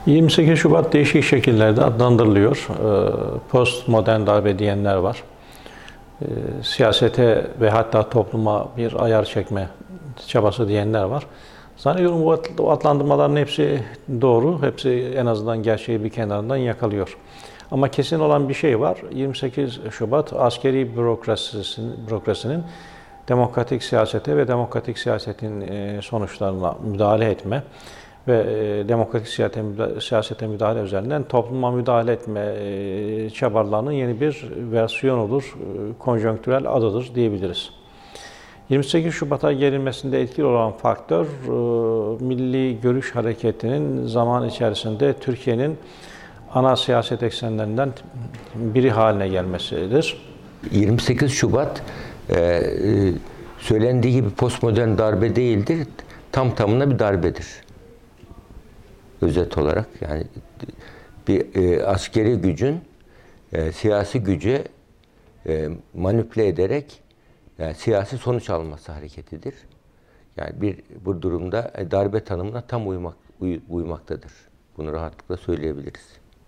28 Şubat değişik şekillerde adlandırılıyor. Postmodern darbe diyenler var. Siyasete ve hatta topluma bir ayar çekme çabası diyenler var. Zannediyorum bu adlandırmaların hepsi doğru, hepsi en azından gerçeği bir kenarından yakalıyor. Ama kesin olan bir şey var. 28 Şubat askeri bürokrasinin demokratik siyasete ve demokratik siyasetin sonuçlarına müdahale etme ve demokratik siyasete müdahale üzerinden topluma müdahale etme çabalarının yeni bir versiyonudur, konjonktürel adıdır diyebiliriz. 28 Şubat'a gelinmesinde etkili olan faktör, Milli Görüş Hareketi'nin zaman içerisinde Türkiye'nin ana siyaset eksenlerinden biri haline gelmesidir. 28 Şubat söylendiği gibi postmodern darbe değildir, tam tamına bir darbedir. Özet olarak yani bir askeri gücün siyasi güce manipüle ederek siyasi sonuç alması hareketidir. Yani bu durumda darbe tanımına tam uymaktadır. Bunu rahatlıkla söyleyebiliriz.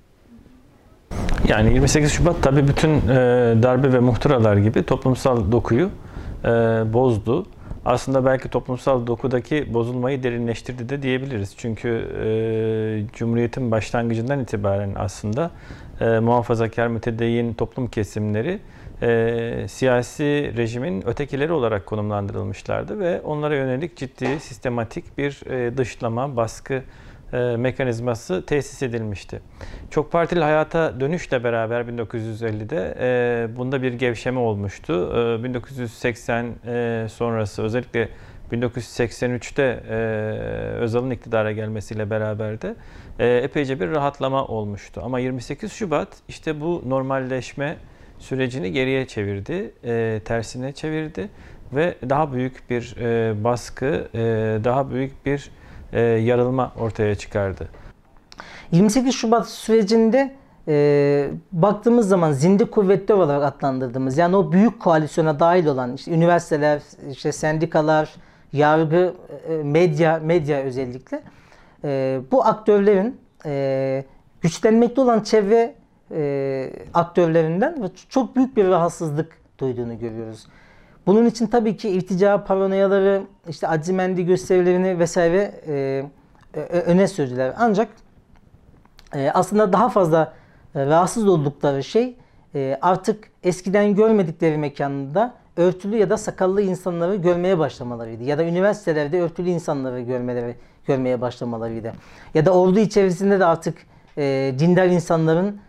Yani 28 Şubat tabii bütün darbe ve muhtıralar gibi toplumsal dokuyu bozdu. Aslında belki toplumsal dokudaki bozulmayı derinleştirdi de diyebiliriz. Çünkü Cumhuriyet'in başlangıcından itibaren aslında muhafazakar mütedeyyin toplum kesimleri siyasi rejimin ötekileri olarak konumlandırılmışlardı ve onlara yönelik ciddi, sistematik bir dışlama, baskı mekanizması tesis edilmişti. Çok partili hayata dönüşle beraber 1950'de bunda bir gevşeme olmuştu. 1980 sonrası özellikle 1983'te Özal'ın iktidara gelmesiyle beraber de epeyce bir rahatlama olmuştu. Ama 28 Şubat işte bu normalleşme sürecini geriye çevirdi, tersine çevirdi ve daha büyük bir baskı, daha büyük bir yarılma ortaya çıkardı. 28 Şubat sürecinde baktığımız zaman zinde kuvvetler olarak adlandırdığımız, yani o büyük koalisyona dahil olan işte üniversiteler, işte sendikalar, yargı, medya özellikle bu aktörlerin güçlenmekte olan çevre aktörlerinden çok büyük bir rahatsızlık duyduğunu görüyoruz. Bunun için tabii ki irtica paranoyaları, işte acimendi gösterilerini vesaire öne sürdüler. Ancak aslında daha fazla rahatsız oldukları şey artık eskiden görmedikleri mekanda örtülü ya da sakallı insanları görmeye başlamalarıydı. Ya da üniversitelerde örtülü insanları görmeye başlamalarıydı. Ya da ordu içerisinde de artık dindar insanların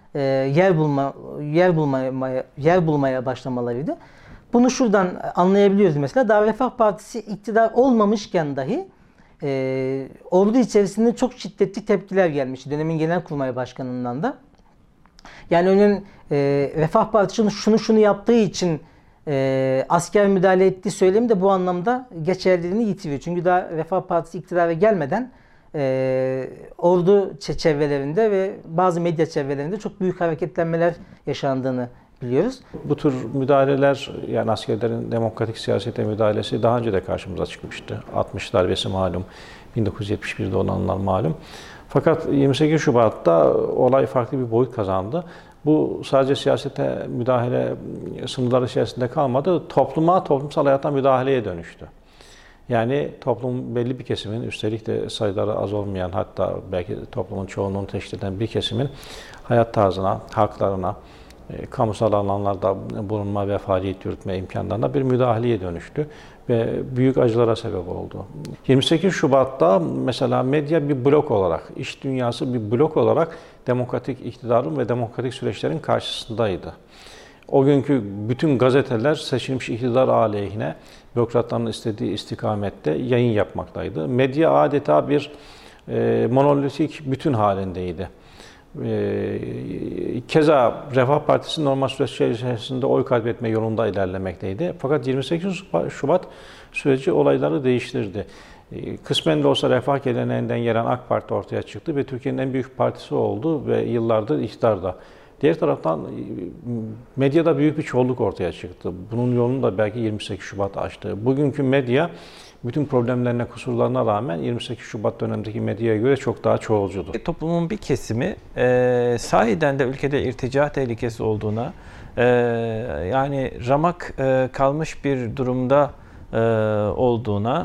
yer bulmaya başlamalarıydı. Bunu şuradan anlayabiliyoruz mesela. Daha Refah Partisi iktidar olmamışken dahi ordu içerisinde çok şiddetli tepkiler gelmişti. Dönemin Genelkurmay Başkanı'ndan da. Yani örneğin Refah Partisi şunu yaptığı için asker müdahale ettiği söylemi de bu anlamda geçerliliğini yitiriyor. Çünkü daha Refah Partisi iktidara gelmeden ordu çevrelerinde ve bazı medya çevrelerinde çok büyük hareketlenmeler yaşandığını biliyoruz. Bu tür müdahaleler, yani askerlerin demokratik siyasete müdahalesi daha önce de karşımıza çıkmıştı. 60 darbesi malum, 1971'de olanlar malum. Fakat 28 Şubat'ta olay farklı bir boyut kazandı. Bu sadece siyasete müdahale sınırları içerisinde kalmadı, toplumsal hayata müdahaleye dönüştü. Yani toplum belli bir kesimin, üstelik de sayıları az olmayan, hatta belki toplumun çoğunluğunu teşkil eden bir kesimin hayat tarzına, haklarına, kamusal alanlarda bulunma ve faaliyet yürütme imkanlarına bir müdahaleye dönüştü ve büyük acılara sebep oldu. 28 Şubat'ta mesela medya bir blok olarak, iş dünyası bir blok olarak demokratik iktidarın ve demokratik süreçlerin karşısındaydı. O günkü bütün gazeteler seçilmiş iktidar aleyhine bürokratların istediği istikamette yayın yapmaktaydı. Medya adeta bir monolitik bütün halindeydi. Keza Refah Partisi normal süreç içerisinde oy kaybetme yolunda ilerlemekteydi. Fakat 28 Şubat süreci olayları değiştirdi. Kısmen de olsa refah geleneğinden gelen AK Parti ortaya çıktı ve Türkiye'nin en büyük partisi oldu ve yıllardır iktidarda. Diğer taraftan medyada büyük bir çoğunluk ortaya çıktı. Bunun yolunu da belki 28 Şubat açtı. Bugünkü medya bütün problemlerine, kusurlarına rağmen 28 Şubat dönemindeki medyaya göre çok daha çoğulcudu. Toplumun bir kesimi sahiden de ülkede irtica tehlikesi olduğuna, yani ramak kalmış bir durumda olduğuna,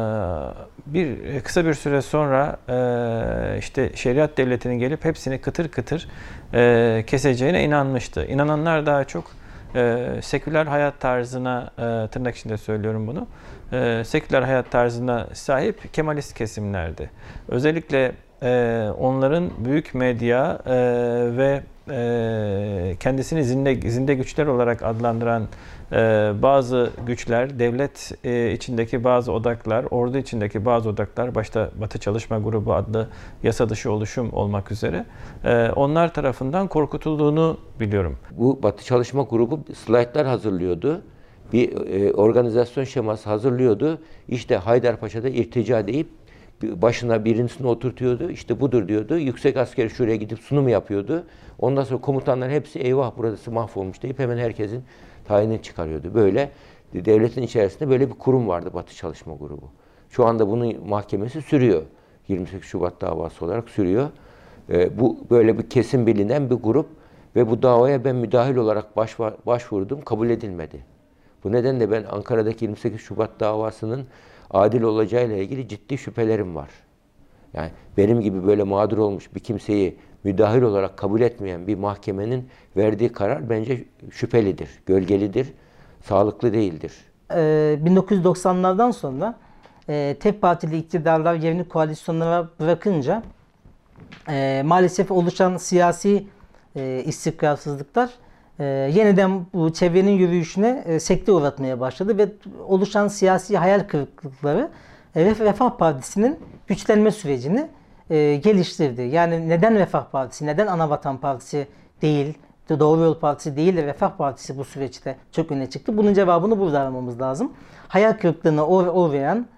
kısa bir süre sonra işte şeriat devletinin gelip hepsini kıtır kıtır keseceğine inanmıştı. İnananlar daha çok seküler hayat tarzına, tırnak içinde söylüyorum bunu, seküler hayat tarzına sahip Kemalist kesimlerdi. Özellikle onların büyük medya ve kendisini zinde güçler olarak adlandıran bazı güçler, devlet içindeki bazı odaklar, ordu içindeki bazı odaklar, başta Batı Çalışma Grubu adlı yasa dışı oluşum olmak üzere onlar tarafından korkutulduğunu biliyorum. Bu Batı Çalışma Grubu slaytlar hazırlıyordu. Bir organizasyon şeması hazırlıyordu. İşte Haydarpaşa'da irtica deyip başına birincisini oturtuyordu. İşte budur diyordu. Yüksek askeri şuraya gidip sunum yapıyordu. Ondan sonra komutanlar hepsi eyvah burası mahvolmuş deyip hemen herkesin tayinini çıkarıyordu. Böyle devletin içerisinde böyle bir kurum vardı, Batı Çalışma Grubu. Şu anda bunun mahkemesi sürüyor. 28 Şubat davası olarak sürüyor. Bu böyle bir kesin bilinen bir grup ve bu davaya ben müdahil olarak başvurdum, kabul edilmedi. Bu nedenle ben Ankara'daki 28 Şubat davasının adil olacağıyla ilgili ciddi şüphelerim var. Yani benim gibi böyle mağdur olmuş bir kimseyi müdahil olarak kabul etmeyen bir mahkemenin verdiği karar bence şüphelidir, gölgelidir, sağlıklı değildir. 1990'lardan sonra tek partili iktidarlar yerini koalisyonlara bırakınca maalesef oluşan siyasi istikrarsızlıklar yeniden bu çevrenin yürüyüşüne sekteye uğratmaya başladı ve oluşan siyasi hayal kırıklıkları Refah Partisi'nin güçlenme sürecini geliştirdi. Yani neden Refah Partisi, neden Anavatan Partisi değil, Doğru Yol Partisi değil de Refah Partisi bu süreçte çok öne çıktı? Bunun cevabını burada aramamız lazım. Hayal kırıklığına uğrayan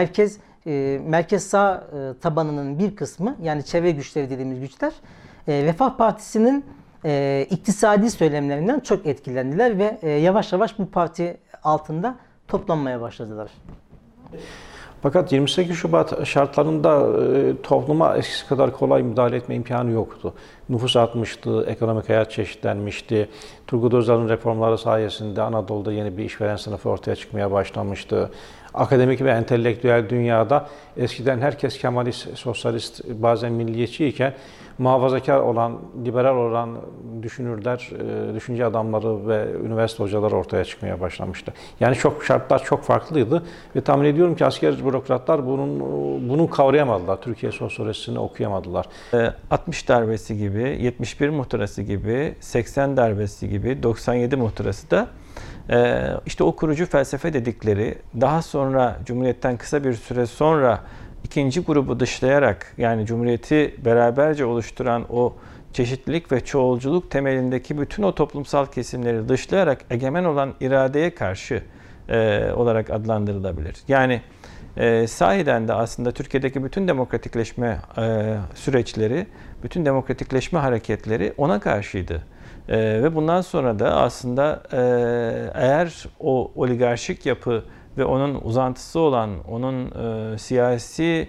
merkez sağ tabanının bir kısmı, yani çevre güçleri dediğimiz güçler, Refah Partisi'nin iktisadi söylemlerinden çok etkilendiler ve yavaş yavaş bu parti altında toplanmaya başladılar. Fakat 28 Şubat şartlarında topluma eskisi kadar kolay müdahale etme imkanı yoktu. Nüfus artmıştı, ekonomik hayat çeşitlenmişti. Turgut Özal'ın reformları sayesinde Anadolu'da yeni bir işveren sınıfı ortaya çıkmaya başlamıştı. Akademik ve entelektüel dünyada eskiden herkes Kemalist, sosyalist, bazen milliyetçi iken muhafazakar olan, liberal olan düşünürler, düşünce adamları ve üniversite hocaları ortaya çıkmaya başlamıştı. Yani şartlar çok farklıydı ve tahmin ediyorum ki asker bürokratlar bunu kavrayamadılar. Türkiye sosyolojisini okuyamadılar. 60 darbesi gibi, 71 muhtırası gibi, 80 darbesi gibi, 97 muhtırası da işte o kurucu felsefe dedikleri, daha sonra Cumhuriyet'ten kısa bir süre sonra ikinci grubu dışlayarak, yani Cumhuriyet'i beraberce oluşturan o çeşitlilik ve çoğulculuk temelindeki bütün o toplumsal kesimleri dışlayarak egemen olan iradeye karşı olarak adlandırılabilir. Yani sahiden de aslında Türkiye'deki bütün demokratikleşme süreçleri, bütün demokratikleşme hareketleri ona karşıydı. Ve bundan sonra da aslında eğer o oligarşik yapı ve onun uzantısı olan, onun siyasi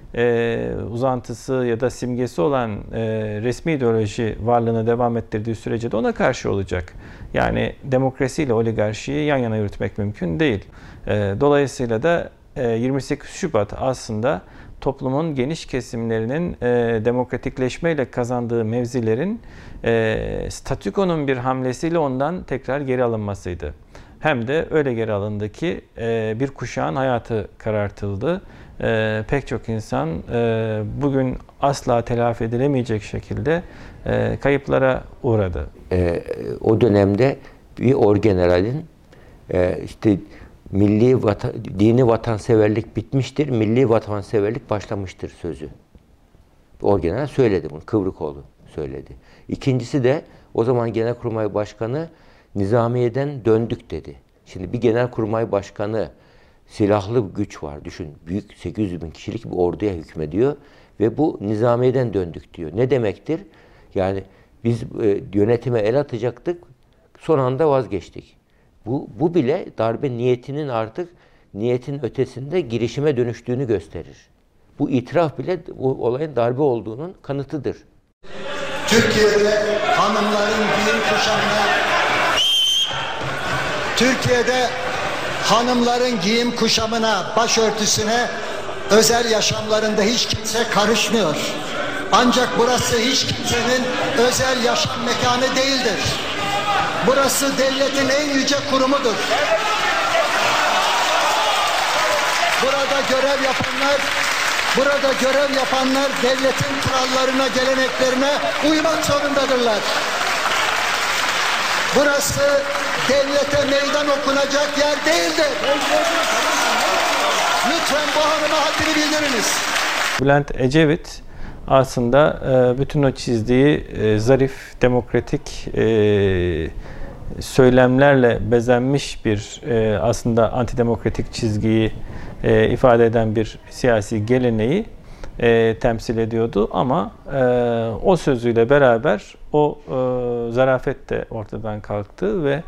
uzantısı ya da simgesi olan resmi ideoloji varlığını devam ettirdiği sürece de ona karşı olacak. Yani demokrasiyle oligarşiyi yan yana yürütmek mümkün değil. Dolayısıyla da 28 Şubat aslında toplumun geniş kesimlerinin demokratikleşmeyle kazandığı mevzilerin statükonun bir hamlesiyle ondan tekrar geri alınmasıydı. Hem de öyle geri alındı ki bir kuşağın hayatı karartıldı. Pek çok insan bugün asla telafi edilemeyecek şekilde kayıplara uğradı. O dönemde bir orgeneralin işte dini vatanseverlik bitmiştir, milli vatanseverlik başlamıştır sözü. Orgeneral söyledi bunu, Kıvrıkoğlu söyledi. İkincisi de o zaman Genelkurmay Başkanı Nizamiye'den döndük dedi. Şimdi bir Genelkurmay Başkanı, silahlı bir güç var, düşün, büyük 800 bin kişilik bir orduya hükmediyor ve bu Nizamiye'den döndük diyor. Ne demektir? Yani biz yönetime el atacaktık, son anda vazgeçtik. Bu bile darbe niyetinin artık niyetin ötesinde girişime dönüştüğünü gösterir. Bu itiraf bile bu olayın darbe olduğunun kanıtıdır. Türkiye'de hanımların giyim kuşamına, başörtüsüne, özel yaşamlarında hiç kimse karışmıyor. Ancak burası hiç kimsenin özel yaşam mekanı değildir. Burası devletin en yüce kurumudur. Burada görev yapanlar devletin kurallarına, geleneklerine uymak zorundadırlar. Burası devlete meydan okunacak yer değildir. Lütfen bu hanıma haddini bildiriniz. Bülent Ecevit aslında bütün o çizdiği zarif, demokratik söylemlerle bezenmiş bir aslında antidemokratik çizgiyi ifade eden bir siyasi geleneği temsil ediyordu ama o sözüyle beraber o zarafet de ortadan kalktı ve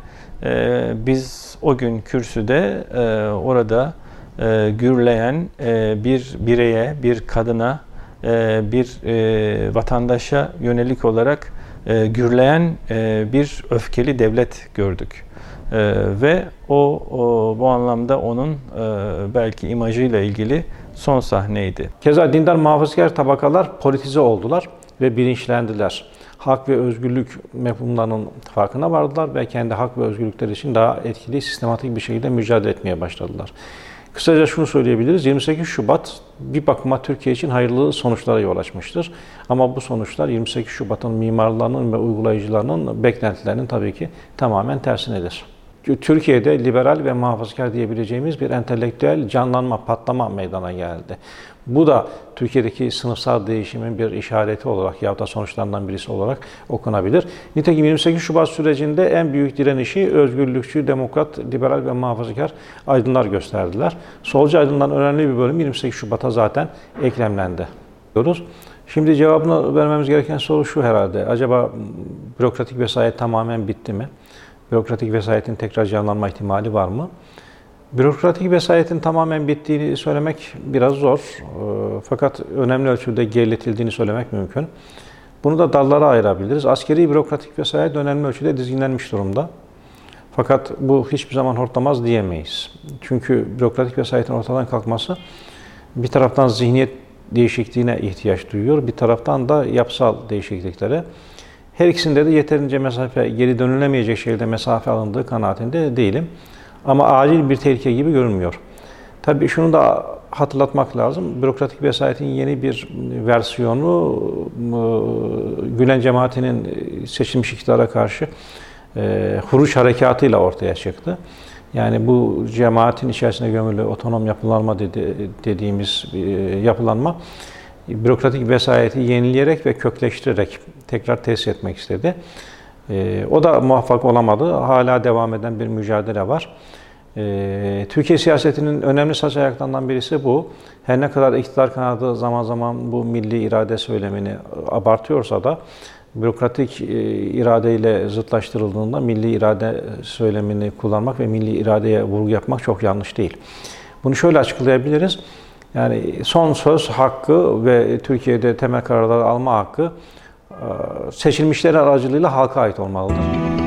biz o gün kürsüde orada gürleyen bir bireye, bir kadına, bir vatandaşa yönelik olarak gürleyen bir öfkeli devlet gördük. Ve bu anlamda onun belki imajıyla ilgili son sahneydi. Keza dindar muhafazakar tabakalar politize oldular ve bilinçlendiler. Hak ve özgürlük mefhumlarının farkına vardılar ve kendi hak ve özgürlükleri için daha etkili, sistematik bir şekilde mücadele etmeye başladılar. Kısaca şunu söyleyebiliriz, 28 Şubat bir bakıma Türkiye için hayırlı sonuçlara yol açmıştır. Ama bu sonuçlar 28 Şubat'ın mimarlarının ve uygulayıcılarının beklentilerinin tabii ki tamamen tersinedir. Türkiye'de liberal ve muhafazakar diyebileceğimiz bir entelektüel canlanma, patlama meydana geldi. Bu da Türkiye'deki sınıfsal değişimin bir işareti olarak ya da sonuçlarından birisi olarak okunabilir. Nitekim 28 Şubat sürecinde en büyük direnişi özgürlükçü, demokrat, liberal ve muhafazakar aydınlar gösterdiler. Solcu aydınların önemli bir bölümü 28 Şubat'a zaten eklemlendi diyoruz. Şimdi cevabını vermemiz gereken soru şu herhalde. Acaba bürokratik vesayet tamamen bitti mi? Bürokratik vesayetin tekrar canlanma ihtimali var mı? Bürokratik vesayetin tamamen bittiğini söylemek biraz zor. Fakat önemli ölçüde geriletildiğini söylemek mümkün. Bunu da dallara ayırabiliriz. Askeri bürokratik vesayet önemli ölçüde dizginlenmiş durumda. Fakat bu hiçbir zaman hortlamaz diyemeyiz. Çünkü bürokratik vesayetin ortadan kalkması bir taraftan zihniyet değişikliğine ihtiyaç duyuyor, bir taraftan da yapısal değişikliklere. Her ikisinde de yeterince geri dönülemeyecek şekilde mesafe alındığı kanaatinde değilim. Ama acil bir tehlike gibi görünmüyor. Tabii şunu da hatırlatmak lazım. Bürokratik vesayetin yeni bir versiyonu Gülen cemaatinin seçilmiş iktidara karşı Huruç harekatıyla ortaya çıktı. Yani bu cemaatin içerisinde gömülü otonom yapılanma dediğimiz yapılanma bürokratik vesayeti yenileyerek ve kökleştirerek tekrar tesis etmek istedi. O da muvaffak olamadı. Hala devam eden bir mücadele var. Türkiye siyasetinin önemli saç ayaklarından birisi bu. Her ne kadar iktidar kanadı zaman zaman bu milli irade söylemini abartıyorsa da bürokratik iradeyle zıtlaştırıldığında milli irade söylemini kullanmak ve milli iradeye vurgu yapmak çok yanlış değil. Bunu şöyle açıklayabiliriz. Yani son söz hakkı ve Türkiye'de temel kararları alma hakkı seçilmişler aracılığıyla halka ait olmalıdır.